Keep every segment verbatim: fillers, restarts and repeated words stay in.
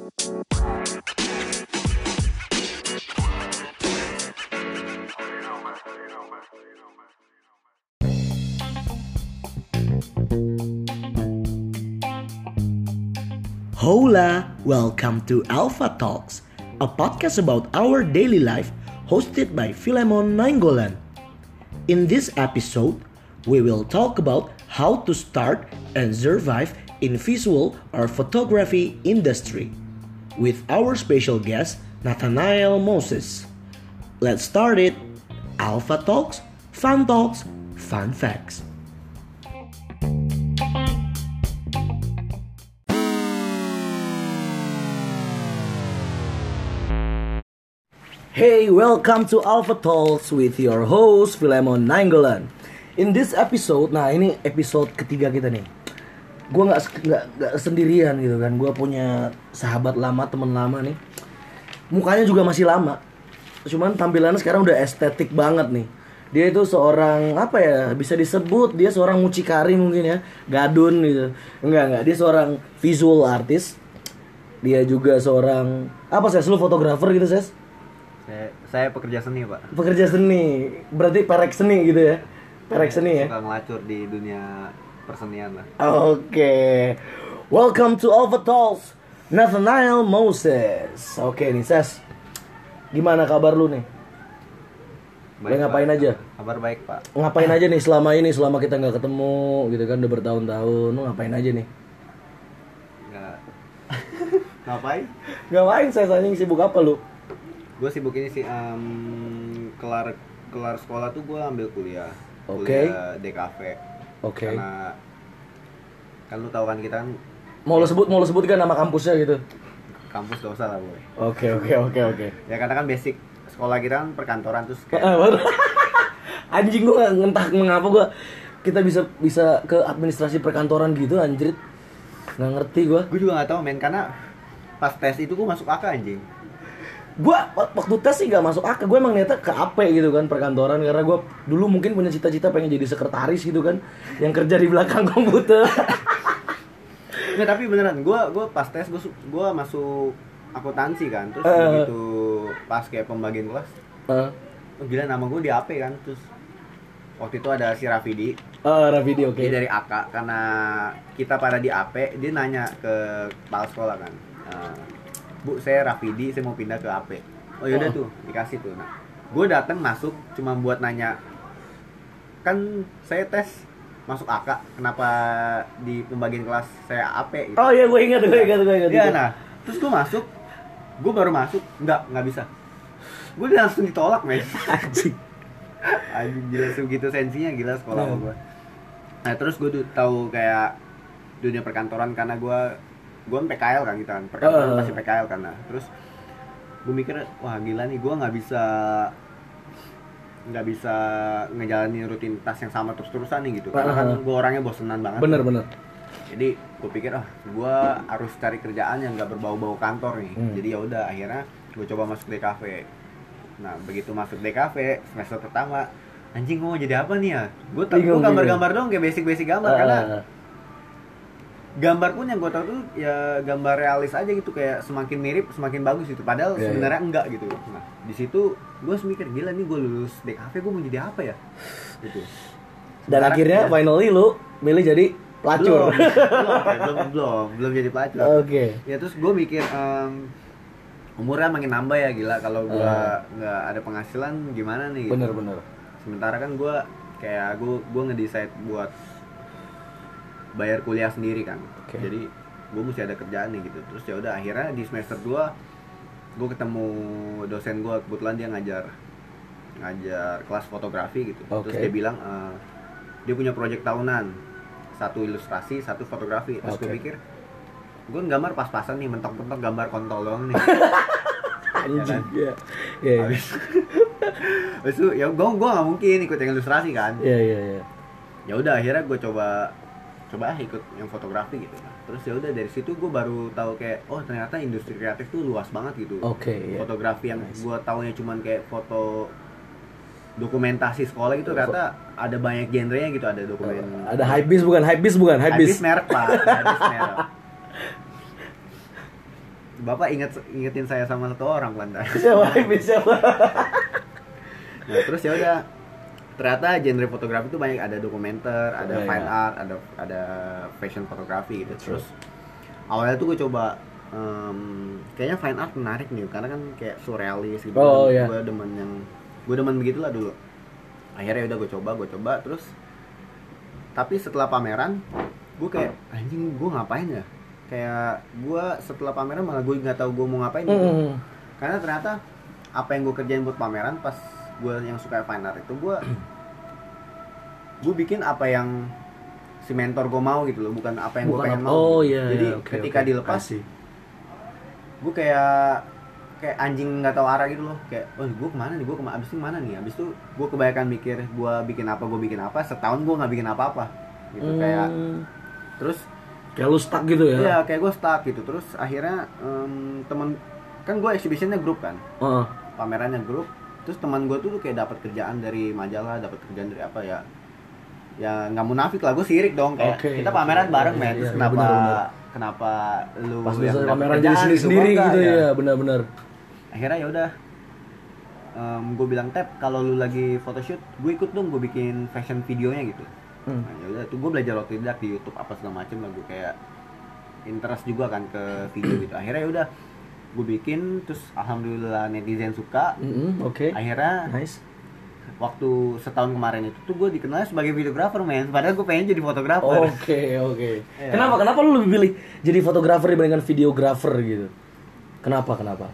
Hola, welcome to Alpha Talks, a podcast about our daily life hosted by Philemon Nainggolan. In this episode, we will talk about how to start and survive in visual or photography industry with our special guest Nathanael Moses. Let's start it. Alpha Talks, Fun Talks, Fun Facts. Hey, welcome to Alpha Talks with your host Philemon Nainggolan. In this episode, nah ini episode ketiga kita nih. Gue nggak nggak nggak sendirian gitu kan. Gue punya sahabat lama, teman lama nih. Mukanya juga masih lama. Cuman tampilannya sekarang udah estetik banget nih. Dia itu seorang apa ya? Bisa disebut dia seorang mucikari mungkin ya, gadun gitu. Enggak enggak, dia seorang visual artist. Dia juga seorang apa sih? Lu fotografer gitu, Ses? Saya, saya pekerja seni, Pak. Pekerja seni, berarti perek seni gitu ya? Perek seni ya? Suka ngelacur di dunia persenian lah. Oke, okay. Welcome to Alpha Talks, Nathanael Moses. Oke okay, nih Ses, gimana kabar lu nih? Baik, ngapain Pak. aja? Kabar baik, Pak. Ngapain aja nih selama ini, selama kita nggak ketemu gitu kan, udah bertahun-tahun. Lu ngapain aja nih? Nggak. Ngapain? Ngapain Ses, anjing, sibuk apa lu? Gue sibuk ini sih, um, kelar kelar sekolah tuh gue ambil kuliah, okay. kuliah D K V. Oke. Okay. Karena kan lu tahu kan kita kan. Mau lu sebut mau lu sebutkan nama kampusnya gitu? Kampus gak usah lah boy. Oke oke oke oke. Ya karena kan basic sekolah kita kan perkantoran terus. Kayak... Anjing, gue entah mengapa gue kita bisa bisa ke administrasi perkantoran gitu anjir. Nggak ngerti gue. Gue juga nggak tahu men, karena pas tes itu gue masuk A K anjing. Gue waktu tes sih gak masuk akal. Gue emang niatnya ke A P gitu kan, perkantoran. Karena gue dulu mungkin punya cita-cita pengen jadi sekretaris gitu kan, yang kerja di belakang komputer. Nggak, tapi beneran gue gue pas tes gue gue masuk akuntansi kan. Terus uh, begitu pas kayak pembagian kelas, uh, oh, gila nama gue di A P kan. Terus waktu itu ada si Rafidi. Uh, Rafidi oke okay. Dia dari A K, karena kita pada di A P, dia nanya ke kepala sekolah kan, uh, Bu, saya Rafidi, saya mau pindah ke A P. Oh yaudah tuh, dikasih tuh. Nah, gue datang masuk cuma buat nanya, kan saya tes masuk A K, kenapa di pembagian kelas saya A P gitu. Oh iya, gue ingat, gue ingat, gue ingat. Iya, nah, terus gue masuk, gue baru masuk, enggak, enggak bisa. Gue udah langsung ditolak, men. Anjing. Anjing, gila segitu sensinya, gila sekolah sama gue. Nah, terus gue tuh tahu kayak dunia perkantoran karena gue gue P K L kan gitu kan, perkantoran uh. masih P K L kan. Nah, terus gue mikir, wah gila nih, gue nggak bisa nggak bisa ngejalanin rutinitas yang sama terus-terusan nih gitu, karena kan gue orangnya bosenan banget. Bener-bener. Jadi gue pikir, ah gue harus cari kerjaan yang nggak berbau-bau kantor nih. Hmm. Jadi ya udah, akhirnya gue coba masuk D K V. Nah begitu masuk D K V semester pertama, anjing gue mau jadi apa nih ya? Gue tahu gue gambar-gambar dong, kayak basic-basic gambar uh. karena gambar pun yang gue tahu tuh ya gambar realis aja gitu, kayak semakin mirip semakin bagus gitu, padahal yeah, sebenarnya yeah. enggak gitu. Nah di situ gue mikir, gila nih gue lulus D K V gue mau jadi apa ya gitu. Dan sekarang, akhirnya ya, finally lu milih jadi pelacur. Belum belum, belum belum belum jadi pelacur. Oke. Okay. Ya terus gue mikir um, umurnya makin nambah ya, gila kalau gue nggak uh. ada penghasilan gimana nih gitu. Bener-bener. Sementara kan gue kayak gue gue ngedecide buat bayar kuliah sendiri kan. Okay. Jadi gue mesti ada kerjaan nih gitu. Terus ya udah, akhirnya di semester dua gue ketemu dosen gue, kebetulan dia ngajar ngajar kelas fotografi gitu. Okay. Terus dia bilang uh, dia punya proyek tahunan, satu ilustrasi, satu fotografi. Terus okay. gue pikir, gue gambar pas-pasan nih, mentok-mentok gambar kontol doang nih. Anjing. Iya. Iya. Habis itu ya gue gue nggak mungkin ikut yang ilustrasi kan. Iya iya iya. Ya udah, akhirnya gue coba coba ikut yang fotografi gitu. Terus ya udah, dari situ gue baru tahu kayak, oh ternyata industri kreatif tuh luas banget gitu. Oke. Okay, yeah. Fotografi yang nice. Gue taunya cuman kayak foto dokumentasi sekolah gitu, ternyata ada banyak genrenya gitu, ada dokumen. Uh, ada hypebeast bukan? Hypebeast bukan? Hypebeast merek, Pak. Hypebeast merek. Bapak inget ingetin saya sama satu orang lantai. Siapa? Siapa? Nah terus ya udah, ternyata genre fotografi itu banyak, ada dokumenter, ada yeah, fine yeah. art, ada ada fashion fotografi gitu. Terus awalnya tuh gue coba um, kayaknya fine art menarik nih karena kan kayak surrealis gitu. Oh, yeah. Gue demen yang gue demen begitulah dulu. Akhirnya udah gue coba, gue coba terus. Tapi setelah pameran, gue kayak anjing gue ngapain ya? Kayak gue setelah pameran malah gue nggak tahu gue mau ngapain gitu. Mm. Karena ternyata apa yang gue kerjain buat pameran pas gue yang suka fine art itu gue gue bikin apa yang si mentor gue mau gitu loh, bukan apa yang gue pengen mau. Oh iya. Jadi iya, okay, ketika okay. dilepas gue kayak kayak anjing nggak tahu arah gitu loh, kayak oh gue kemana nih, gue kemana, abis itu kemana nih, abis itu gue kebanyakan mikir gue bikin apa gue bikin apa, setahun gue nggak bikin apa-apa gitu. Hmm. Kayak terus kayak lu stuck gitu ya? Iya kayak gue stuck gitu. Terus akhirnya um, temen kan gue exhibitionnya grup kan, uh. pamerannya grup. Terus teman gue tuh kayak dapat kerjaan dari majalah, dapat kerjaan dari apa ya? Ya nggak munafik lah, gue sirik dong kayak okay, kita pameran okay, bareng men. Terus iya, kenapa bener, bener. kenapa lu pas yang pameran jadi sendiri sendiri gitu ya, ya benar-benar. Akhirnya ya udah, um, gue bilang Tep kalau lu lagi photoshoot, gue ikut dong, gue bikin fashion videonya gitu. Hmm. Nah, ya udah tuh gue belajar otodidak di YouTube apa segala macem lah, gue kayak interest juga kan ke video gitu. Akhirnya ya udah gue bikin, terus alhamdulillah netizen suka. Mm-hmm, oke. Okay. Akhirnya nice. Waktu setahun kemarin itu tuh gue dikenal sebagai videographer men, padahal gue pengen jadi fotografer. Oke okay, oke. Okay. Yeah. Kenapa kenapa lu lebih pilih jadi fotografer dibandingkan videographer gitu? Kenapa kenapa?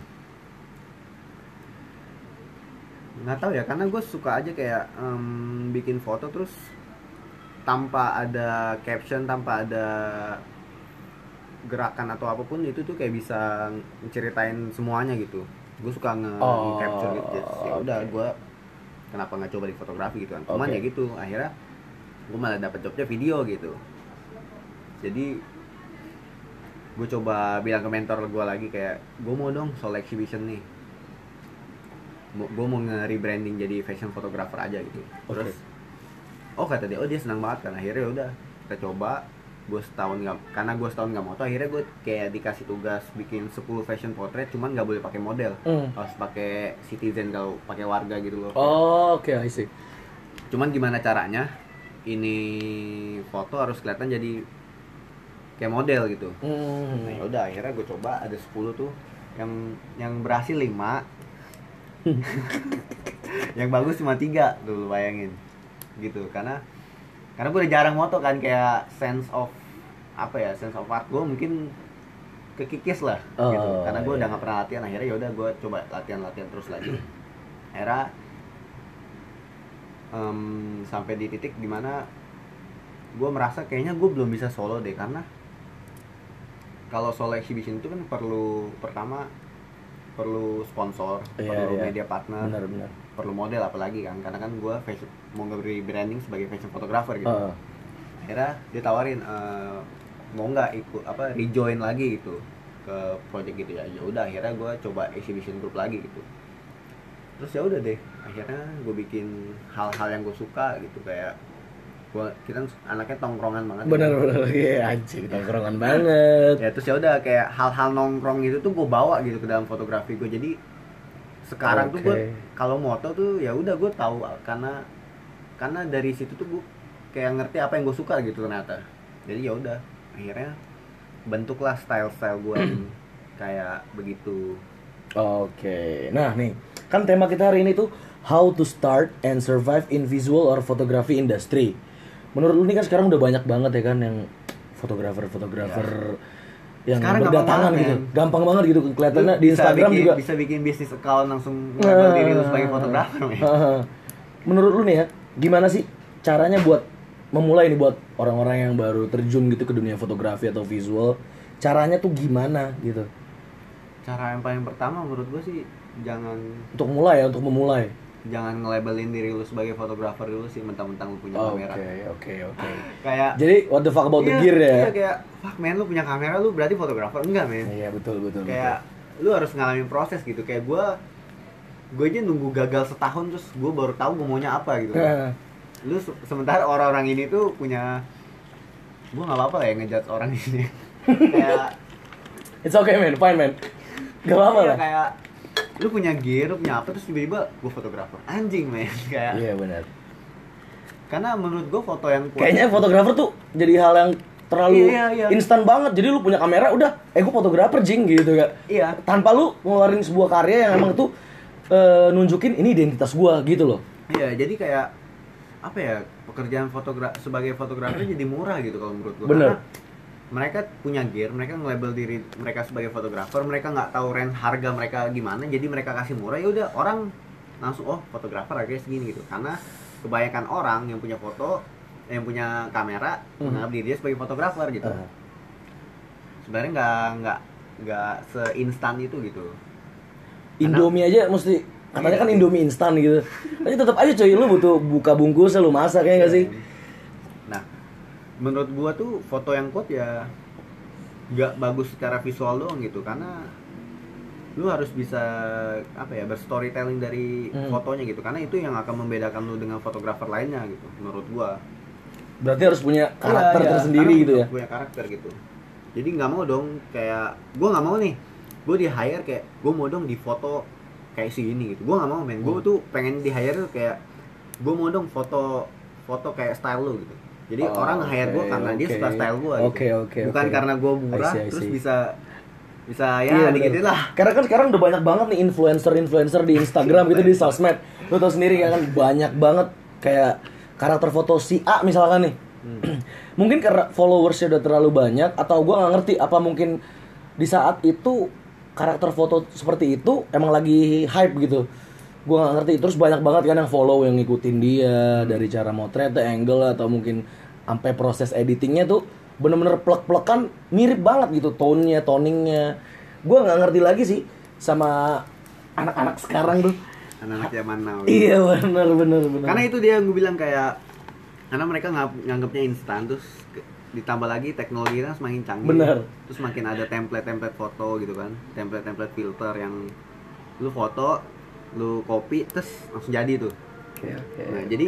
Nggak tahu ya, karena gue suka aja kayak um, bikin foto terus tanpa ada caption, tanpa ada gerakan atau apapun itu tuh kayak bisa ngeceritain semuanya gitu. Gue suka nge-capture oh, gitu. Ya udah okay. Gue kenapa nggak coba di fotografi gitu kan. Cuman okay. ya gitu, akhirnya gue malah dapet jobnya video gitu. Jadi gue coba bilang ke mentor gue lagi kayak gue mau dong solo exhibition nih. Gue mau nge-rebranding jadi fashion photographer aja gitu. Terus okay. oh kata dia, oh dia senang banget kan. Akhirnya udah kita coba. Gue setahun nggak, karena gue setahun nggak moto, akhirnya gue kayak dikasih tugas bikin sepuluh fashion portrait, cuman nggak boleh pakai model, mm. harus pakai citizen kalau pakai warga gitu loh. Oh, oke, okay, I see. Cuman gimana caranya ini foto harus kelihatan jadi kayak model gitu. Mm. Nah yaudah akhirnya gue coba ada sepuluh tuh, yang yang berhasil lima, yang bagus cuma tiga tuh, bayangin gitu. Karena karena gue udah jarang moto kan, kayak sense of apa ya, sense of art gue mungkin kekikis lah oh, gitu. Karena gue iya. udah nggak pernah latihan, akhirnya ya udah gue coba latihan-latihan terus lagi. Akhirnya um, sampai di titik dimana gue merasa kayaknya gue belum bisa solo deh, karena kalau solo exhibition itu kan perlu pertama perlu sponsor, yeah, perlu yeah. media partner, benar, benar. perlu model apalagi kan, karena kan gue fashion, mau nge branding sebagai fashion photographer gitu. Uh. Akhirnya dia tawarin uh, mau nggak ikut apa rejoin lagi gitu ke project gitu ya. Ya udah akhirnya gue coba exhibition group lagi gitu. Terus ya udah deh, akhirnya gue bikin hal-hal yang gue suka gitu, kayak gua kita anaknya tongkrongan banget. Bener-bener ya, anjing tongkrongan banget. Ya terus ya udah kayak hal-hal nongkrong gitu tuh gue bawa gitu ke dalam fotografi gue. Jadi sekarang okay. tuh gue kalau moto tuh ya udah gue tahu, karena karena dari situ tuh gue kayak ngerti apa yang gue suka gitu ternyata. Jadi ya udah akhirnya bentuklah style-style gue kayak begitu. Oke. Okay. Nah nih kan tema kita hari ini tuh how to start and survive in visual or photography industry. Menurut lu nih kan sekarang udah banyak banget ya kan yang fotografer-fotografer ya. yang sekarang berdatangan gitu. Kan? Gampang banget gitu kelihatannya di Instagram bikin, juga. Bisa bikin bisnis account langsung nge-label diri lu sebagai fotografer. Menurut lu nih ya, gimana sih caranya buat memulai nih buat orang-orang yang baru terjun gitu ke dunia fotografi atau visual? Caranya tuh gimana gitu? Cara yang paling pertama menurut gua sih jangan untuk mulai ya, untuk memulai. Jangan nge-labelin diri lu sebagai fotografer dulu sih, mentang-mentang lu punya oh, kamera. Oke, okay, oke, okay, oke. Okay. Kayak jadi what the fuck about iya, the gear ya? Iya, kayak fuck man, lu punya kamera lu berarti fotografer. Enggak, men. Iya, betul, betul. Kayak betul. Lu harus ngalamin proses gitu. Kayak gua gua aja nunggu gagal setahun terus gua baru tahu gua maunya apa gitu. Lu se- sementara orang-orang ini tuh punya, gua enggak apa-apa lah ya ngejudge orang ini. Kayak it's okay man, fine man. Gak apa-apa Iya, lah. kayak lu punya gear, lu punya apa terus tiba-tiba gue fotografer. Anjing men kayak. Iya benar. Karena menurut gue foto yang kuat, Kayaknya fotografer tuh jadi hal yang terlalu Iya, iya. instan banget. Jadi lu punya kamera udah, eh gue fotografer jing gitu kan. Iya. Tanpa lu ngeluarin sebuah karya yang emang tuh e, nunjukin ini identitas gua gitu loh. Iya, jadi kayak apa ya, pekerjaan fotogra sebagai fotografer jadi murah gitu kalau menurut gue. Bener. Karena mereka punya gear, mereka nge-label diri mereka sebagai fotografer, mereka nggak tahu range harga mereka gimana, jadi mereka kasih murah, ya udah orang langsung oh fotografer harganya segini gitu. Karena kebanyakan orang yang punya foto, yang punya kamera Hmm. menganggap diri dia sebagai fotografer gitu. Uh. Sebenarnya nggak nggak nggak seinstan itu gitu. Indomie aja mesti katanya Iya. kan Indomie instan gitu. Tapi tetap aja coy, lu butuh buka bungkus lu masak ya nggak sih? Nah, menurut gua tuh foto yang quote ya nggak bagus secara visual doang gitu, karena lu harus bisa apa ya, berstorytelling dari Hmm. fotonya gitu, karena itu yang akan membedakan lu dengan fotografer lainnya gitu menurut gua. Berarti harus punya karakter Iya, iya, tersendiri karena gitu ya. punya karakter gitu. Jadi nggak mau dong kayak gua nggak mau nih gua di hire kayak gua mau dong di foto kayak si ini gitu. Gua nggak mau men. Gua Hmm. tuh pengen di hire tuh kayak gua mau dong foto foto kayak style lu gitu. Jadi Oh, orang hire gua oke, karena dia oke. suka style gua gitu. Oke, oke, Bukan oke. karena gua murah I see, I terus see. bisa bisa ya Iya, dikit bener. lah. Karena kan sekarang udah banyak banget nih influencer-influencer di Instagram gitu, di sosmed. Lu tau sendiri kan banyak banget kayak karakter foto si A misalkan nih. Hmm. Mungkin karena followersnya udah terlalu banyak, atau gua nggak ngerti apa mungkin di saat itu karakter foto seperti itu emang lagi hype gitu. Gua nggak ngerti. Terus banyak banget kan yang follow, yang ngikutin dia dari cara motretnya, angle, atau mungkin sampai proses editingnya tuh bener-bener plek-plekan mirip banget gitu, tone-nya, toningnya. Gua nggak ngerti lagi sih sama anak-anak sekarang tuh. Anak-anak zaman now. Iya bener bener bener. Karena itu dia yang gue bilang kayak karena mereka nggak nganggapnya instan, terus ke- ditambah lagi teknologi kan semakin canggih. Bener. Terus makin ada template-template foto gitu kan, template-template filter yang lu foto, lu copy, terus langsung jadi tuh. Oke oke. Nah jadi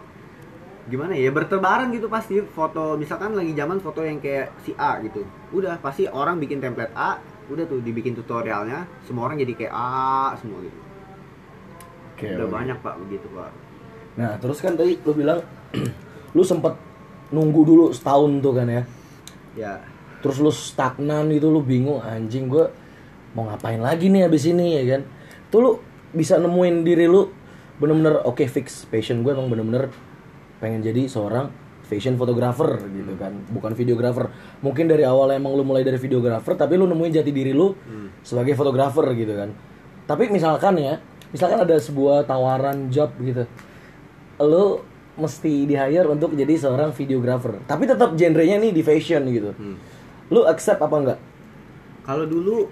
gimana ya, bertebaran gitu pasti foto, misalkan lagi zaman foto yang kayak si A gitu, udah pasti orang bikin template A, udah tuh dibikin tutorialnya, semua orang jadi kayak A semua gitu. Oke, Udah oke. banyak pak begitu pak. Nah terus kan tadi lu bilang lu sempet nunggu dulu setahun tuh kan ya. Ya Terus lu stagnan gitu, lu bingung anjing gue mau ngapain lagi nih abis ini ya kan. Tuh lu bisa nemuin diri lu bener-bener oke fix passion gue emang bener-bener pengen jadi seorang fashion photographer gitu kan, bukan videographer. Mungkin dari awal emang lu mulai dari videographer, tapi lu nemuin jati diri lu sebagai fotografer gitu kan. Tapi misalkan ya, misalkan ada sebuah tawaran job gitu, lu mesti di hire untuk jadi seorang videographer, tapi tetap genrenya nih di fashion gitu. Hmm. Lu accept apa enggak? Kalau dulu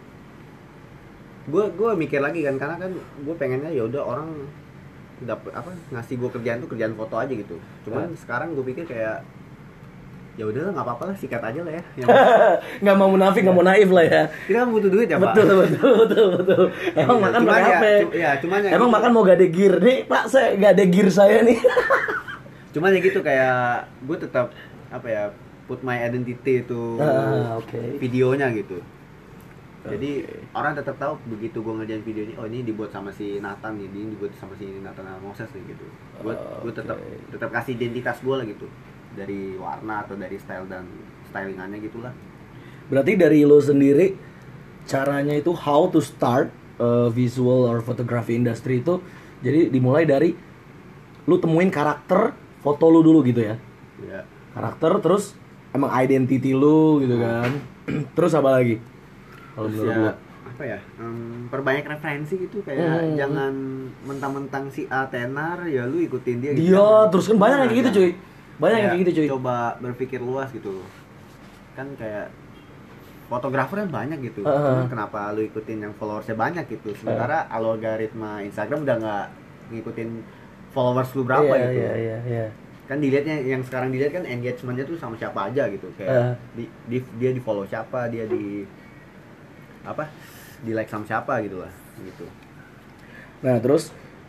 gue gue mikir lagi kan, karena kan gue pengennya ya udah orang dapet apa ngasih gue kerjaan tuh kerjaan foto aja gitu. Cuman Nah. sekarang gue pikir kayak ya udah nggak apa-apa lah, sikat aja lah ya. Yang Nggak mau munafik, nggak mau naif lah ya. kita kan butuh duit ya pak. Betul betul betul betul. Emang Iya, makan cuman pakai ya, apa? cu- ya, cuman yang Emang gitu. makan mau gade gear nih, Pak? Saya gade gear saya nih. Cuman ya gitu kayak gue tetap apa ya, put my identity itu Ah, oke. videonya gitu. Jadi Oke. orang tetap tahu begitu gue ngerjain video ini, oh ini dibuat sama si Nathan nih, ini dibuat sama si Nathan Moses nih gitu. Gue gue tetap Oke. tetap kasih identitas gue lah gitu, dari warna atau dari style dan stylingannya gitulah. Berarti dari lo sendiri caranya itu how to start uh, visual or photography industry itu, jadi dimulai dari lu temuin karakter foto lu dulu gitu ya. Ya. Karakter, terus emang identity lu gitu kan. Terus apa lagi? Kalau Terus menurut ya, gua. apa ya? em, perbanyak referensi gitu, kayak Hmm. jangan mentang-mentang si A tenar ya lu ikutin dia. Dia terus kan banyak yang kayak gitu Nah, cuy. Banyak yang kayak kayak gitu cuy. Coba berpikir luas gitu. Kan kayak fotografer kan banyak gitu. Uh-huh. Cuman kenapa lu ikutin yang followersnya banyak gitu? Sementara algoritma Instagram udah nggak ngikutin followers lu berapa Iya, gitu. Iya iya iya. Kan dilihatnya, yang sekarang dilihat kan engagementnya tuh sama siapa aja gitu. Kayak Uh. di, di- dia di follow siapa, dia di apa? Di like sama siapa gitu lah gitu. Nah terus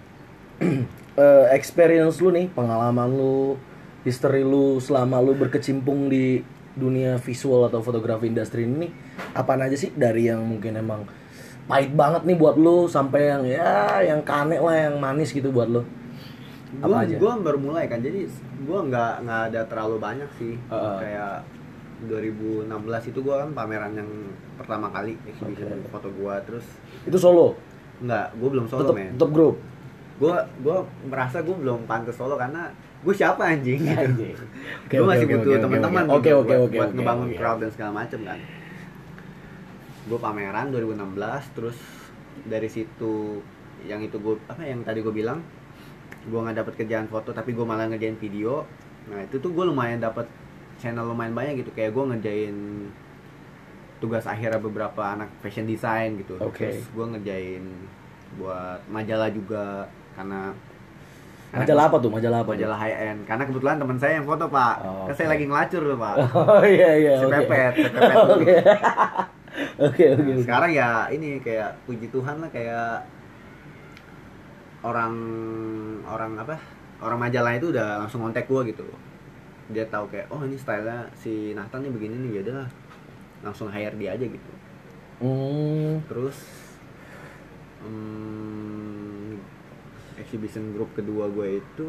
eh, experience lu nih, pengalaman lu, history lu selama lu berkecimpung di dunia visual atau fotografi industri ini, apaan aja sih dari yang mungkin emang pahit banget nih buat lu sampai yang ya yang kane lah, yang manis gitu buat lu? Gue Apa aja? gue baru mulai kan, jadi gue nggak nggak ada terlalu banyak sih. Uh. Kayak dua ribu enam belas itu gue kan pameran yang pertama kali exhibition Okay. foto gue, terus Itu solo? nggak, gue belum solo Tetep, men. tetep grup? Gue gue merasa gue belum pantas solo karena gue siapa anjing gitu. Anjing. Oke, Gue oke, masih oke, butuh oke, teman-teman oke, gitu oke, buat, oke, buat oke, ngebangun oke. crowd dan segala macem kan. Gue pameran dua ribu enam belas, terus dari situ yang itu gue apa yang tadi gue bilang, gue nggak dapet kerjaan foto tapi gue malah ngerjain video. Nah itu tuh gue lumayan dapet channel lumayan banyak gitu, kayak gue ngerjain tugas akhirnya beberapa anak fashion design gitu. Oke. Terus gue ngerjain buat majalah juga, karena Majalah apa tuh? Majalah apa? majalah high end, karena kebetulan teman saya yang foto pak. Oh, kan okay. saya lagi ngelacur tuh pak. Oh iya iya. Si oke. pepet, si pepet dulu. Oke. Oke oke. Nah, oke. sekarang ya ini kayak puji Tuhan lah, kayak orang orang apa orang majalah itu udah langsung kontak gua gitu. Dia tahu kayak oh ini stylenya si Nathan nih begini nih, ya udah langsung hire dia aja gitu. Hmm. Terus hmm, exhibition group kedua gue itu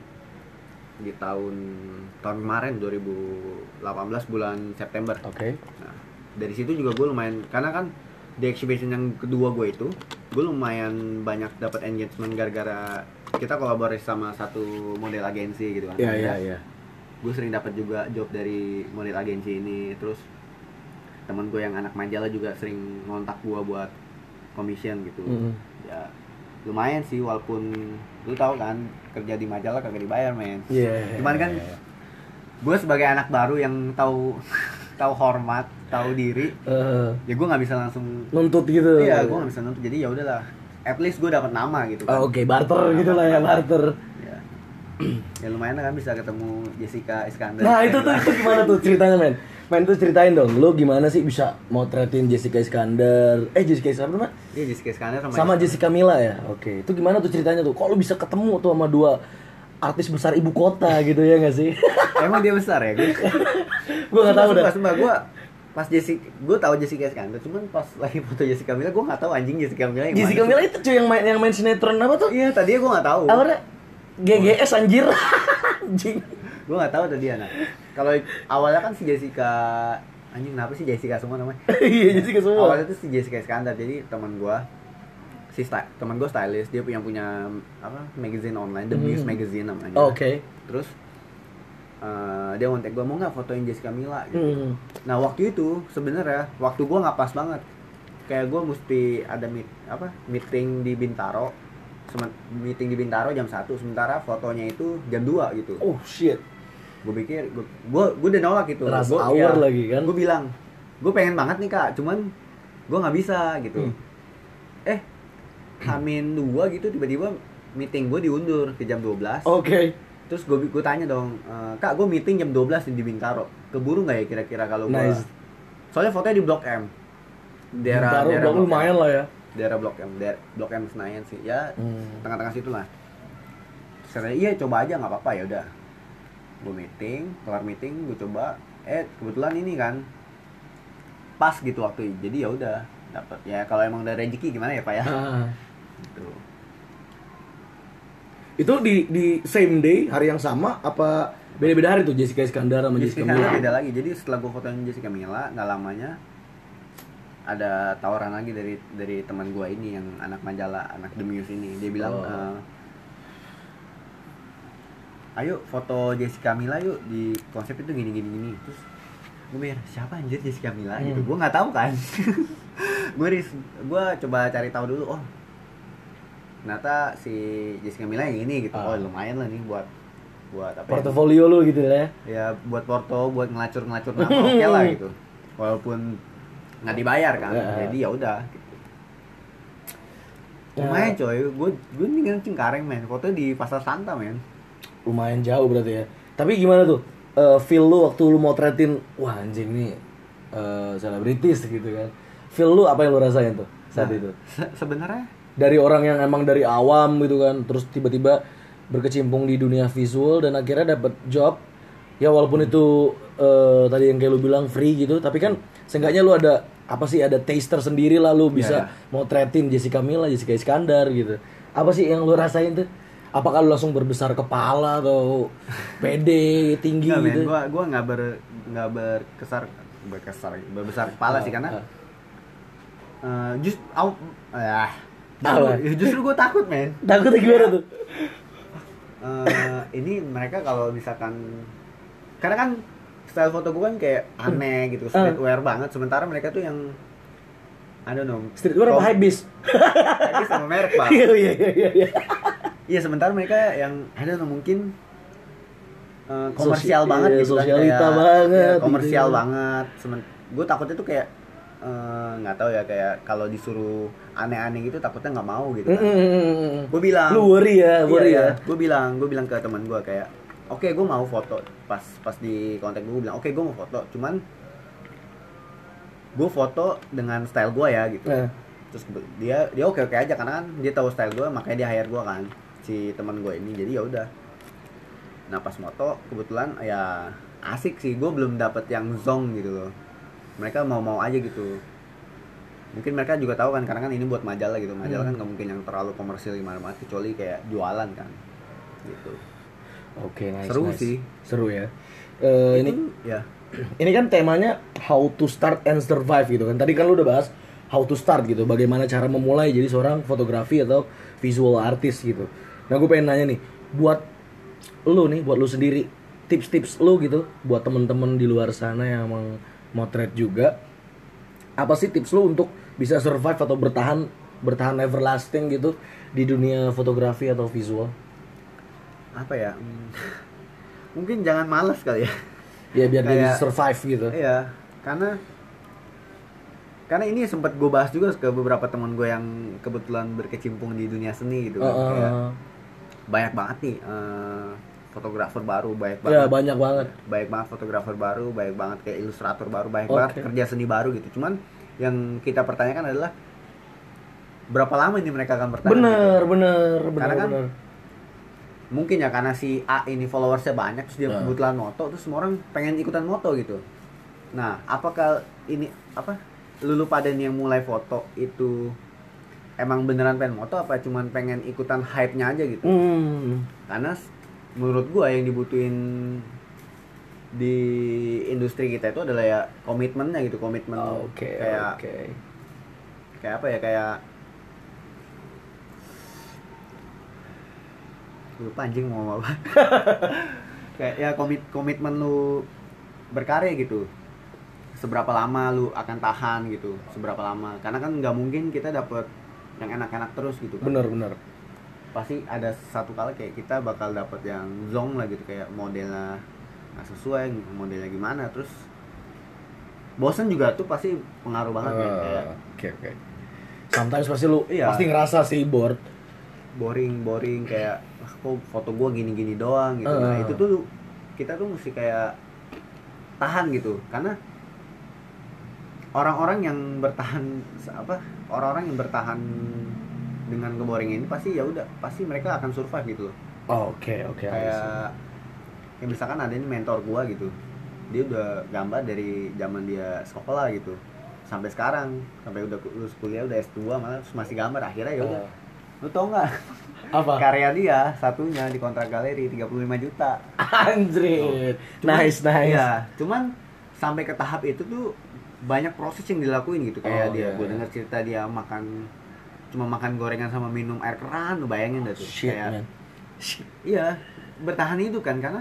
di tahun tahun kemarin dua ribu delapan belas bulan September. Oke. Nah, dari situ juga gue lumayan, karena kan di exhibition yang kedua gue itu gue lumayan banyak dapat engagement gara-gara kita kolaborasi sama satu model agensi gitu kan. Iya iya iya. Gue sering dapat juga job dari model agensi ini. Terus temen gue yang anak majalah juga sering ngontak gue buat commission gitu. Mm. Ya lumayan sih, walaupun lu tahu kan kerja di majalah kagak dibayar men. Iya. Cuman kan gue sebagai anak baru yang tahu tahu hormat, tahu diri, Uh, ya gue nggak bisa langsung nuntut gitu. iya gue nggak bisa nuntut, jadi ya udahlah, at least gue dapat nama gitu kan. Oh, Oke, barter gitu lah ya, barter. Ya. Ya lumayan lah kan bisa ketemu Jessica Iskandar. Nah itu tuh itu gimana tuh ceritanya men? Men tuh ceritain dong, lu gimana sih bisa motretin Jessica Iskandar? Eh Jessica Iskandar apa? Iya Jessica Iskandar sama, Sama Jessica Mila ya? Oke, itu gimana tuh ceritanya tuh? Kok lu bisa ketemu tuh sama dua artis besar ibu kota gitu ya nggak sih? Emang dia besar ya? Gue Gue nggak tahu dah. Sumpah, gue pas Jessica, gue tahu Jessica Iskandar, cuman pas lagi foto Jessica Mila gue nggak tahu anjing Jessica Mila yang Jessica mana Mila sih. itu cuy yang main yang main sinetron apa tuh? Iya tadinya gue nggak tahu. Apa deh? G G S anjir. Anjing. Gue nggak tahu tadi anak. Kalau awalnya kan si Jessica, anjing kenapa sih Jessica semua namanya? Iya Jessica semua. Awalnya tuh si Jessica Iskandar, jadi teman gue, si sty- teman gue stylist, dia punya punya apa magazine online, The Muse Hmm. Magazine namanya. Oh, Oke. Terus uh, dia ngontek gue, mau nggak fotoin Jessica Mila gitu. Hmm. Nah waktu itu sebenarnya waktu gue nggak pas banget, kayak gue mesti ada meet apa meeting di Bintaro, Semen- meeting di Bintaro jam satu, sementara fotonya itu jam dua gitu. Oh shit. Gue pikir gue gue gue udah nolak gitu. Rush Gua- hour lagi kan? Gue bilang gue pengen banget nih kak, cuman gue nggak bisa gitu. Hmm. Eh Hamin dua gitu tiba-tiba meeting gue diundur ke jam dua belas. Oke. Terus gue gue tanya dong, e, kak gue meeting jam dua belas di Bintaro, keburu nggak ya kira-kira kalau gue? Nice. Soalnya fotonya di Blok M. Daerah Bintaro daerah Blok Blok lumayan M. lah ya. Daerah Blok M, daerah Blok M Senayan sih. Ya Hmm. tengah-tengah situ lah. Terus iya coba aja nggak apa-apa, ya udah. Gue meeting, kelar meeting gue coba, eh kebetulan ini kan pas gitu waktu itu. Jadi ya udah dapat. Ya kalau emang udah rezeki gimana ya Pak ya? Ah. Gitu. Itu di di same day, hari yang sama apa beda-beda hari tuh Jessica Iskandar sama Jessica Jessica Mila? Mila beda lagi. Jadi setelah gue fotoin Jessica Mila, nggak lamanya ada tawaran lagi dari dari teman gue ini yang anak majalah, anak The Muse ini. Dia bilang, Oh. "Eh, ayo foto Jessica Mila yuk, di konsep itu gini gini gini." Terus gue mikir siapa anjir Jessica Mila gitu. Hmm. Gue nggak tahu kan. gue ris, gue coba cari tahu dulu. Oh, ternyata si Jessica Mila yang ini gitu. Ah. Oh lumayan lah nih buat buat apa? ya? Portofolio lu gitu ya. Ya buat porto, buat ngelacur-ngelacur nama oke lah gitu. Walaupun nggak dibayar kan. Ya. Jadi ya udah gitu. Ya. Lumayan coy, gue gue tinggal Cengkareng men, foto di Pasar Santa men. Lumayan jauh berarti ya. Tapi gimana tuh? Eh, feel lu waktu lu motretin, wah anjing nih eh, selebritis gitu kan. Feel lu apa yang lu rasain tuh saat Nah, itu? se- sebenarnya Dari orang yang emang dari awam gitu kan, terus tiba-tiba berkecimpung di dunia visual dan akhirnya dapat job. Ya walaupun itu eh, tadi yang kayak lu bilang free gitu, tapi kan seenggaknya lu ada apa sih ada taste tersendiri lah lu bisa Iya, iya. motretin Jessica Mila, Jessica Iskandar gitu. Apa sih yang lu rasain tuh? Apakah lu langsung berbesar kepala atau pede tinggi Nggak, men, gitu? gua gua nggak ber nggak berkesar berkesar berbesar kepala Ah, sih karena ah. eh, just au, ah, Apa? justru, justru gue takut men. Takutnya gimana tuh? Eh, ini mereka kalau misalkan karena kan style foto gue kan kayak aneh gitu, streetwear banget, sementara mereka tuh yang I don't know, Streetwear apa hypebeast? Tapi sama merek pak. Iya iya iya iya. Iya, sementara mereka yang I don't know, mungkin eh, komersial Sosi- banget iya, gitu kan, sosialita kayak- banget ya, komersial gitu. banget. Gue takutnya tuh kayak eh, nggak tahu ya, kayak kalau disuruh aneh-aneh gitu takutnya nggak mau gitu kan. Mm-mm. Gue bilang, Lu worry ya, worry ya. Gue bilang, gue bilang ke teman gue kayak, oke gue mau foto. Pas pas di kontak gue bilang, oke gue mau foto, cuman gue foto dengan style gue ya gitu. Nah. Terus kebe- dia dia oke oke aja karena kan dia tahu style gue, makanya dia hire gue kan, si teman gue ini. Jadi ya udah. Nah pas moto kebetulan ya asik sih, gue belum dapet yang zong gitu loh. Mereka mau-mau aja gitu. Mungkin mereka juga tahu kan, karena kan ini buat majalah gitu. Majalah Hmm. kan nggak mungkin yang terlalu komersil gimana-mana, kecuali kayak jualan kan. Gitu. Oke, nice. Seru nice. sih. Seru ya. Eh, ini Itu, ya. ini kan temanya how to start and survive gitu kan. Tadi kan lu udah bahas how to start gitu, bagaimana cara memulai jadi seorang fotografi atau visual artist gitu. Nah, gue pengen nanya nih, buat lu nih, buat lu sendiri, tips-tips lu gitu, buat temen-temen di luar sana yang emang motret juga, apa sih tips lu untuk bisa survive atau bertahan, bertahan everlasting gitu di dunia fotografi atau visual? Apa ya? Hmm. Mungkin jangan malas kali ya. Ya biar jadi Kayak- survive gitu. Iya, karena karena ini sempat gue bahas juga ke beberapa teman gue yang kebetulan berkecimpung di dunia seni gitu kan. Uh, Kayak banyak banget nih eh, fotografer baru, banyak banget. ya banyak banget. Banyak banget fotografer baru, banyak banget kayak ilustrator baru, banyak Oke. banget kerja seni baru gitu. Cuman yang kita pertanyakan adalah berapa lama ini mereka akan bertahan? Bener, gitu. bener, bener, Karena kan bener. Mungkin ya karena si A ini followersnya banyak, terus dia Nah. kebetulan moto, terus semua orang pengen ikutan moto gitu. Nah, apakah ini apa? Lulu pada nih yang mulai foto itu emang beneran pengen moto apa cuman pengen ikutan hype-nya aja gitu? Hmm. Karena s- menurut gua yang dibutuhin di industri kita itu adalah ya komitmennya gitu, komitmen Oke, kayak oke. kayak apa ya, kayak lupa anjing mau ngomong apa. Kayak ya komit komitmen lu berkarya gitu, seberapa lama lu akan tahan gitu, seberapa lama, karena kan nggak mungkin kita dapet yang enak-enak terus gitu kan. Bener, bener. Pasti ada satu kali kayak kita bakal dapet yang zong lah gitu, kayak modelnya nggak sesuai, modelnya gimana, terus bosen juga tuh pasti pengaruh banget kan, kayak Ah, Oke, oke. Sometimes pasti lu Iya. pasti ngerasa sih bored. boring boring kayak ah, kok foto gua gini-gini doang gitu. Nah Uh. itu tuh kita tuh mesti kayak tahan gitu, karena orang-orang yang bertahan apa orang-orang yang bertahan dengan keboring ini pasti ya udah pasti mereka akan survive gitu loh. Oke, oke. I see. Kayak kayak misalkan ada ini mentor gua gitu, dia udah gambar dari zaman dia sekolah gitu sampai sekarang, sampai udah lulus kuliah udah S dua malah terus masih gambar, akhirnya ya udah. Ah. Lu tau nggak Apa? karya dia satunya di kontrak galeri tiga puluh lima juta. Anjir. Cuman- Nice, nice. Iya, cuman sampai ke tahap itu tuh banyak proses yang dilakuin gitu, kayak Oh, dia iya, gue iya. dengar cerita dia makan cuma makan gorengan sama minum air keran, lu bayangin dah tuh. Shit, Kayak man. Shit. iya, bertahan itu kan karena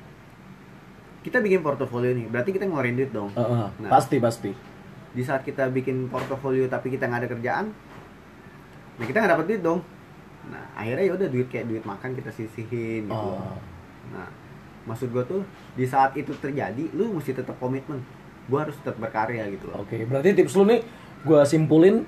kita bikin portofolio nih, berarti kita ngeluarin duit dong. Uh, uh, Nah. Pasti, pasti. Di saat kita bikin portofolio tapi kita nggak ada kerjaan, nah kita nggak dapat duit dong. Nah akhirnya ya udah duit kayak duit makan kita sisihin gitu. Oh. Nah maksud gue tuh di saat itu terjadi, lu mesti tetap komitmen. Gue harus tetap berkarya gitu loh. Oke, berarti tips lu nih gua simpulin,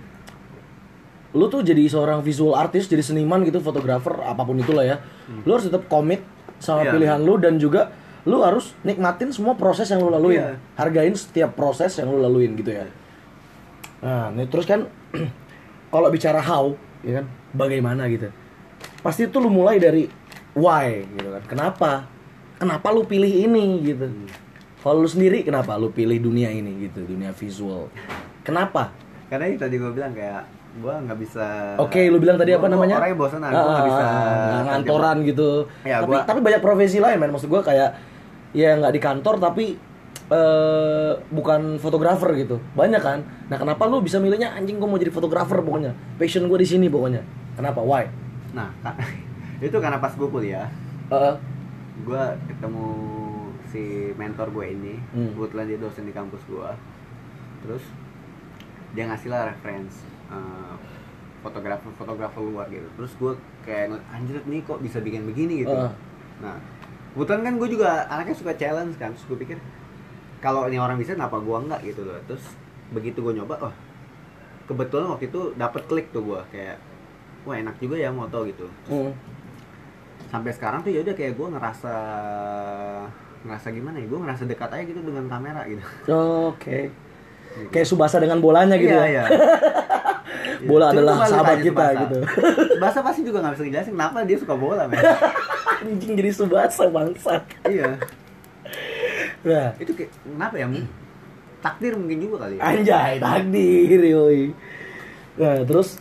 lu tuh jadi seorang visual artist, jadi seniman gitu, fotografer, apapun itulah ya. Lu harus tetap komit sama Iya. pilihan lu, dan juga lu harus nikmatin semua proses yang lu laluin. Iya. Hargain setiap proses yang lu laluin gitu ya. Nah, nih terus kan kalau bicara how, ya kan, bagaimana gitu. Pasti itu lu mulai dari why gitu kan. Kenapa? Kenapa lu pilih ini gitu. Kalau lu sendiri kenapa lu pilih dunia ini gitu, dunia visual? Kenapa? Karena yang tadi gue bilang kayak gue nggak bisa. Oke, lu bilang tadi gua, apa namanya? Orangnya bosan, gue nggak bisa ah, ngantoran gitu. Ya, tapi gua... tapi banyak profesi lain, men. Maksud gue kayak ya nggak di kantor tapi uh, bukan fotografer gitu. Banyak kan? Nah, kenapa lu bisa milihnya anjing gue mau jadi fotografer pokoknya? Passion gue di sini pokoknya. Kenapa? Why? Nah, itu karena pas gue kuliah, uh. gue ketemu si mentor gue ini, hmm. kebetulan dia dosen di kampus gue. Terus dia ngasih lah reference uh, fotografer-fotografer luar gitu. Terus gue kayak anjir nih kok bisa bikin begini gitu. Uh. Nah, kebetulan kan gue juga anaknya suka challenge kan. Terus gue pikir kalau ini orang bisa kenapa gue enggak gitu loh. Terus begitu gue nyoba, oh kebetulan waktu itu dapet klik tuh gue kayak wah enak juga ya moto gitu. Terus, uh. sampai sekarang tuh ya udah kayak gue ngerasa ngerasa gimana ya? Gue ngerasa dekat aja gitu dengan kamera gitu. Oh, oke. Okay. Gitu. Kayak Subasa dengan bolanya gitu iya, ya. Iya. Bola ya, adalah sahabat kita Subasa. gitu. Subasa pasti juga nggak bisa ngejelasin kenapa dia suka bola, men. Anjing jadi Subasa bangsat. Iya. Nah, itu kayak kenapa ya? Takdir mungkin juga kali ya. Anjay, takdir yoi. Nah, terus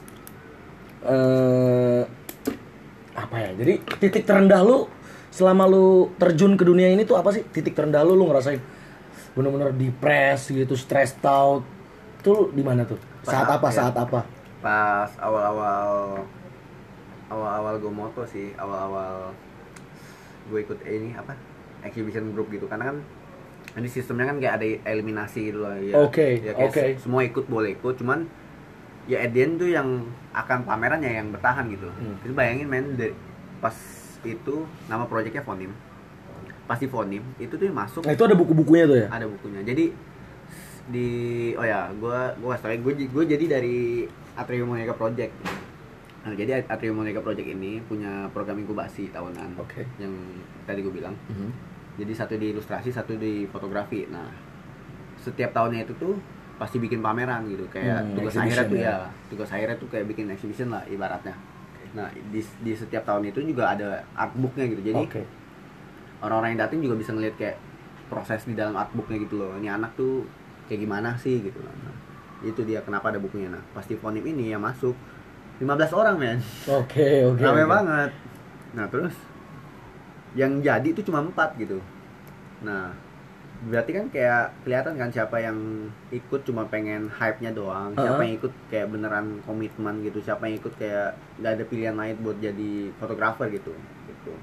uh, apa ya? Jadi titik terendah lu selama lu terjun ke dunia ini tuh apa sih? Titik terendah lu lu ngerasain bener-bener depres gitu, stressed out. Tuh di mana tuh? Saat apa? Ya. Saat apa? Pas awal-awal awal-awal gue moto sih, awal-awal gue ikut ini apa? Exhibition group gitu. Karena kan ini sistemnya kan kayak ada eliminasi gitu loh ya. Oke, okay, ya, oke. Okay. Semua ikut boleh ikut, cuman ya at the end tuh yang akan pamerannya yang bertahan gitu. Hmm. Jadi bayangin men pas itu nama proyeknya Fonim. Pasti Fonim itu tuh masuk. Nah, itu ada buku-bukunya tuh ya? Ada bukunya. Jadi di oh ya, gua gua kasih tau gue gue jadi dari Atrium Monica Project. Nah, jadi Atrium Monica Project ini punya program inkubasi tahunan. Oke. Okay. Yang tadi gue bilang. Mm-hmm. Jadi satu di ilustrasi, satu di fotografi. Nah, setiap tahunnya itu tuh pasti bikin pameran gitu. Kayak hmm, tugas akhirnya tuh ya. ya, tugas akhirnya tuh kayak bikin exhibition lah ibaratnya. Okay. Nah, di di setiap tahun itu juga ada artbooknya gitu. Jadi okay. orang-orang yang datang juga bisa ngeliat kayak proses di dalam artbooknya gitu loh. Ini anak tuh kayak gimana sih gitu loh. Nah, itu dia kenapa ada bukunya. Nah, pasti Fonim ini yang masuk lima belas orang, men. Oke, okay, oke. Okay, Rame okay. banget. Nah, terus yang jadi itu cuma empat gitu. Nah, berarti kan kayak kelihatan kan siapa yang ikut cuma pengen hype-nya doang, uh-huh. siapa yang ikut kayak beneran komitmen gitu, siapa yang ikut kayak gak ada pilihan lain buat jadi fotografer gitu. Gitu.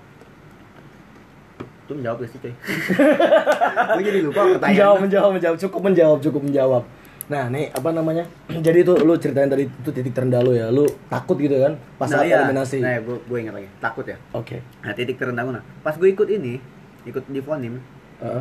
Itu menjawab gak sih, coy? Gue jadi lupa pertanyaan. Menjawab, menjawab, menjawab, cukup menjawab, cukup menjawab. Nah, nih apa namanya? Jadi itu lu ceritain tadi itu titik terendah lu ya. Lu takut gitu kan pas nah, saat iya. eliminasi. Nah, gue gue ingat lagi. Takut ya. Oke. Okay. Nah, titik terendah gue nah. Pas gue ikut ini, ikut di Fonim. Uh-huh.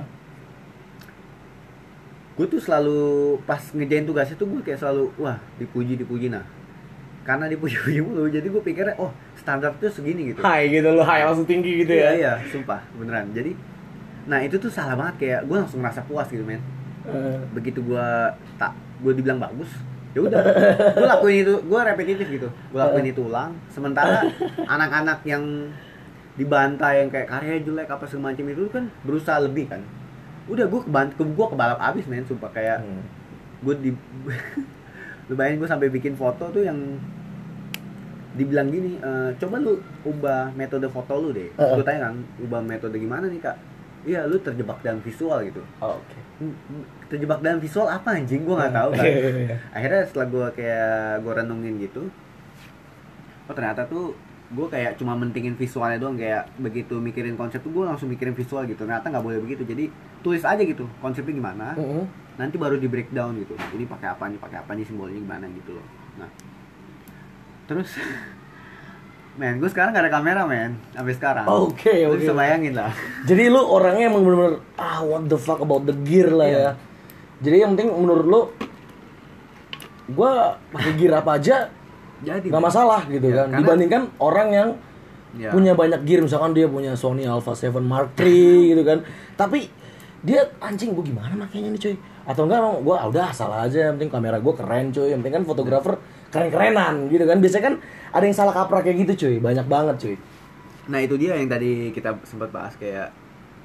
Gue tuh selalu pas ngejain tugas itu gue kayak selalu wah, dipuji-dipuji nah. Karena dipuji-puji mulu, jadi gue pikirnya oh, standar tuh segini gitu. Hai gitu loh, hai langsung tinggi gitu ya. Iya, iya, sumpah, beneran. Jadi nah, itu tuh salah banget kayak gue langsung ngerasa puas gitu, men. Uh. Begitu gue tak gue dibilang bagus, ya udah gue lakuin itu, gue repetitif gitu, gue lakuin uh. itu ulang. Sementara anak-anak yang dibantai yang kayak karya jelek apa semacam itu kan berusaha lebih kan, udah gue kebantu gue kebalap abis, men, sumpah kayak hmm. gue di lu bayangin gue sampai bikin foto tuh yang dibilang gini, e, coba lu ubah metode foto lu deh. Uh. Gue tanya kan, ubah metode gimana nih kak? Iya, lu terjebak dalam visual gitu. Oh, oke. Okay. Terjebak dalam visual apa anjing? Gue nggak tahu kan. Akhirnya setelah gue kayak gue renungin gitu, oh ternyata tuh gue kayak cuma mentingin visualnya doang, kayak begitu mikirin konsep tuh gue langsung mikirin visual gitu. Ternyata nggak boleh begitu. Jadi tulis aja gitu konsepnya gimana. Uh-huh. Nanti baru di breakdown gitu. Ini pakai apa nih, pakai apa nih, simbolnya gimana gitu loh. Nah, terus men, gue sekarang gak ada kamera, men, sampai sekarang. Oke, okay, oke. Okay. Bisa bayangin lah. Jadi lu orangnya emang bener-bener ah what the fuck about the gear lah yeah. ya. Jadi yang penting menurut lu, gue pakai gear apa aja, jadi nggak masalah gitu ya, kan. Karena dibandingkan orang yang ya. punya banyak gear, misalkan dia punya Sony Alpha tujuh Mark tiga gitu kan. Tapi dia anjing gue gimana makanya nih cuy. Atau enggak emang gue ah, udah salah aja, yang penting kamera gue keren cuy. Yang penting kan fotografer keren-kerenan gitu kan. Biasanya kan ada yang salah kaprah kayak gitu cuy, banyak banget cuy. Nah itu dia yang tadi kita sempat bahas kayak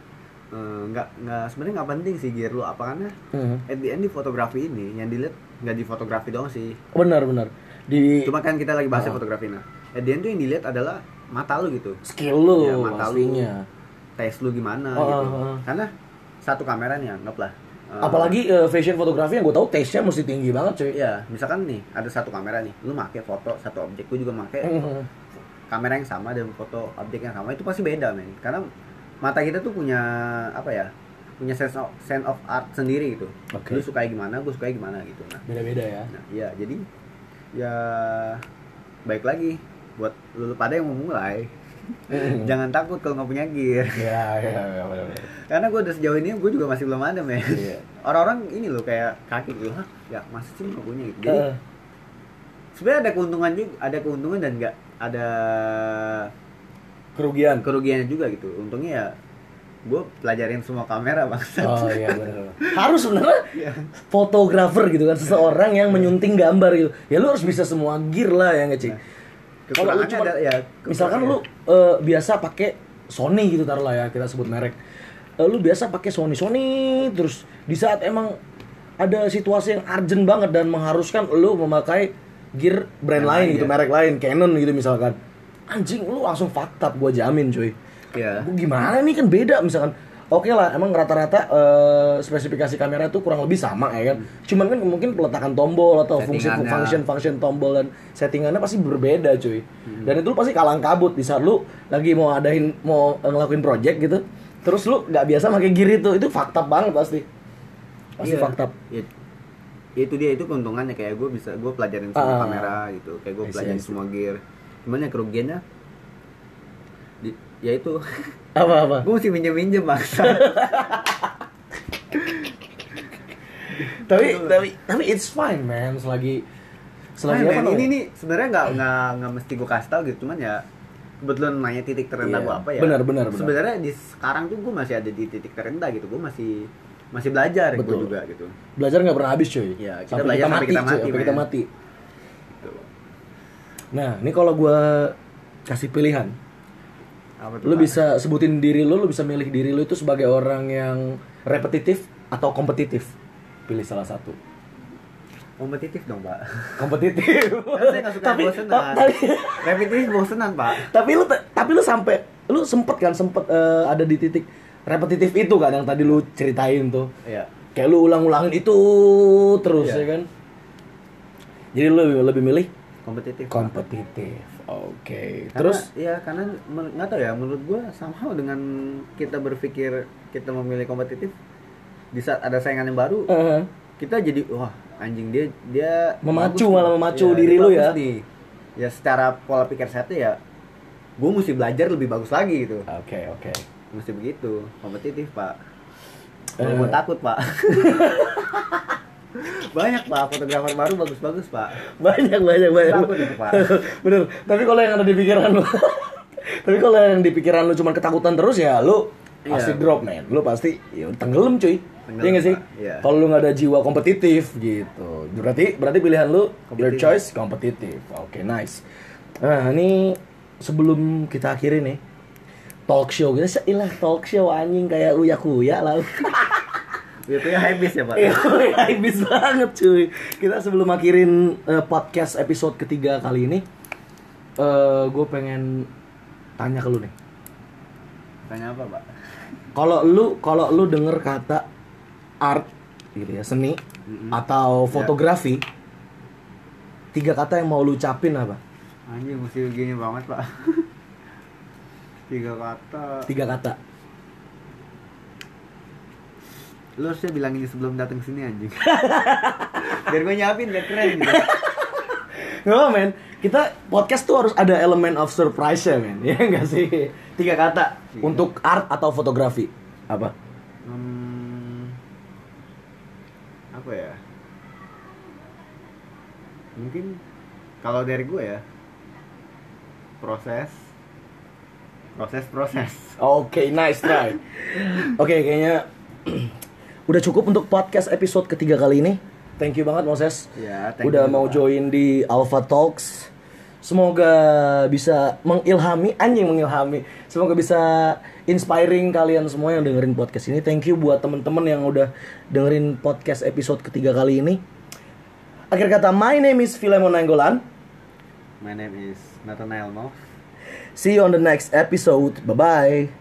uh, nggak nggak sebenarnya nggak penting sih gear lu apa, karena hmm. at the end di fotografi ini yang dilihat nggak di fotografi doang sih. Benar benar. Di Cuma kan kita lagi bahas oh. fotografi, nah at the end tuh yang dilihat adalah mata lu gitu, skill lu, ya, mata aslinya. lu, tes lu gimana oh, gitu. Oh, oh. Karena satu kamera nih anggaplah. Uh, Apalagi uh, fashion fotografi yang gue tahu taste-nya mesti tinggi banget cuy. Iya, misalkan nih ada satu kamera nih, lu make foto satu objek, gue juga make mm-hmm. kamera yang sama dan foto objek yang sama, itu pasti beda men. Karena mata kita tuh punya apa ya? Punya sense of, sense of art sendiri gitu. Okay. Lu suka gimana, gue suka gimana gitu. Nah, beda-beda ya. Nah, iya, jadi ya baik lagi buat lu pada yang mau mulai. Mm. Jangan takut kalau nggak punya gear. Iya, iya, iya, benar-benar. Karena gue udah sejauh ini gue juga masih belum ada men. Iya. Orang-orang ini loh kayak kaget gitu, hah? Ya masih sih nggak punya gitu. Jadi uh. sebenarnya ada keuntungan juga, ada keuntungan dan nggak ada kerugian. Kerugiannya juga gitu. Untungnya ya gue pelajarin semua kamera bangsa. Oh iya benar. Harus sebenarnya fotografer gitu kan, seseorang yang menyunting gambar gitu. Ya lu harus bisa semua gear lah ya nggak Cik. Nah, kalau lu cuma ya, misalkan lu uh, biasa pakai Sony gitu taruh lah ya, kita sebut merek. Uh, lu biasa pakai Sony Sony terus di saat emang ada situasi yang urgent banget dan mengharuskan lu memakai gear brand nah, lain iya. gitu, merek lain, Canon gitu misalkan. Anjing lu langsung fucked up, gua jamin cuy. Iya. Gua gimana nih kan beda misalkan. Oke lah, emang rata-rata uh, spesifikasi kamera itu kurang lebih sama ya kan. Hmm. Cuman kan mungkin peletakan tombol atau fungsi function function tombol dan settingannya pasti berbeda cuy. Hmm. Dan itu lu pasti kalang kabut di saat lu lagi mau adain mau ngelakuin project gitu. Terus lu nggak biasa pakai gear itu, itu fucked up banget pasti. Pasti iya. fucked up. Ya, itu dia, itu keuntungannya, kayak gue bisa gue pelajarin semua ah. kamera gitu, kayak gue pelajarin semua gear. Cuman ya kerugiannya di, ya itu apa-apa gue mesti minjem-minjem bangsa. tapi tapi tapi it's fine man, selagi selagi nah, apa man, ini nih sebenarnya nggak nggak nggak mesti gue kasih tau gitu, cuman ya kebetulan nanya titik terendah yeah. gue apa ya, benar benar sebenarnya di sekarang tuh gue masih ada di titik terendah gitu, gue masih masih belajar gue juga gitu, belajar nggak pernah habis cuy ya, kita sampai belajar kita mati, sampai kita mati, cuy, sampai kita mati. Gitu. Nah ini kalau gue kasih pilihan, lu bisa sebutin diri lu, lu bisa milih diri lu itu sebagai orang yang repetitif atau kompetitif. Pilih salah satu. Kompetitif dong, Pak. Kompetitif. Saya enggak suka tapi, bosenan. Tapi repetitif bosenan, Pak. Tapi lu tapi lu sampai lu sempet kan sempet uh, ada di titik repetitif itu kan yang tadi lu ceritain tuh. Iya. Kayak lu ulang-ulangin itu terus iya. ya kan. Jadi lu lebih milih kompetitif. Kompetitif. Oke. Okay. Terus ya karena nggak tahu ya, menurut gua somehow dengan kita berpikir kita memilih kompetitif di saat ada saingan yang baru, uh-huh. kita jadi wah anjing dia dia memacu bagus, malah memacu ya, diri lu ya. Nih. Ya secara pola pikir saya tuh ya gua mesti belajar lebih bagus lagi gitu. Oke okay, oke. Okay. Mesti begitu, kompetitif Pak. Uh. Mau takut Pak. Banyak Pak, fotografer baru bagus-bagus Pak. Banyak banyak banyak. Takut itu Pak. Bener. Tapi kalau yang ada di pikiran lu, tapi kalau yang di pikiran lu cuma ketakutan terus ya lu iya, pasti drop man. Lu pasti ya tenggelam cuy. Iya nggak sih? Iya. Kalau lu nggak ada jiwa kompetitif gitu, berarti berarti pilihan lu your choice kompetitif. Oke okay, nice. Nah ini sebelum kita akhiri nih talk show kita seilah talk show anjing kayak uya kuya lah. Itu ya habis ya Pak. Iya habis banget cuy. Kita sebelum akhirin uh, podcast episode ketiga kali ini, uh, gue pengen tanya ke lu nih. Tanya apa Pak? Kalau lu kalau lu denger kata art gitu ya, seni mm-hmm. atau fotografi, yeah. tiga kata yang mau lu ucapin apa? Anjing mesti gini banget Pak. Tiga kata. Tiga kata. Lu harusnya bilang ini sebelum datang sini anjing. Biar gue nyiapin biar keren gitu. Nggak men, kita podcast tuh harus ada elemen of surprise ya men. Ya nggak sih? Tiga kata Tiga. Untuk art atau fotografi apa? Hmm, apa ya? Mungkin kalau dari gue ya proses proses proses. Oke, okay, nice try. Oke, okay, kayaknya udah cukup untuk podcast episode ketiga kali ini. Thank you banget Moses. Ya, udah mau join di Alpha Talks. Semoga bisa mengilhami, anjing mengilhami. Semoga bisa inspiring kalian semua yang dengerin podcast ini. Thank you buat temen-temen yang udah dengerin podcast episode ketiga kali ini. Akhir kata, my name is Filemon Nainggolan. My name is Nathanael Nov. See you on the next episode. Bye-bye.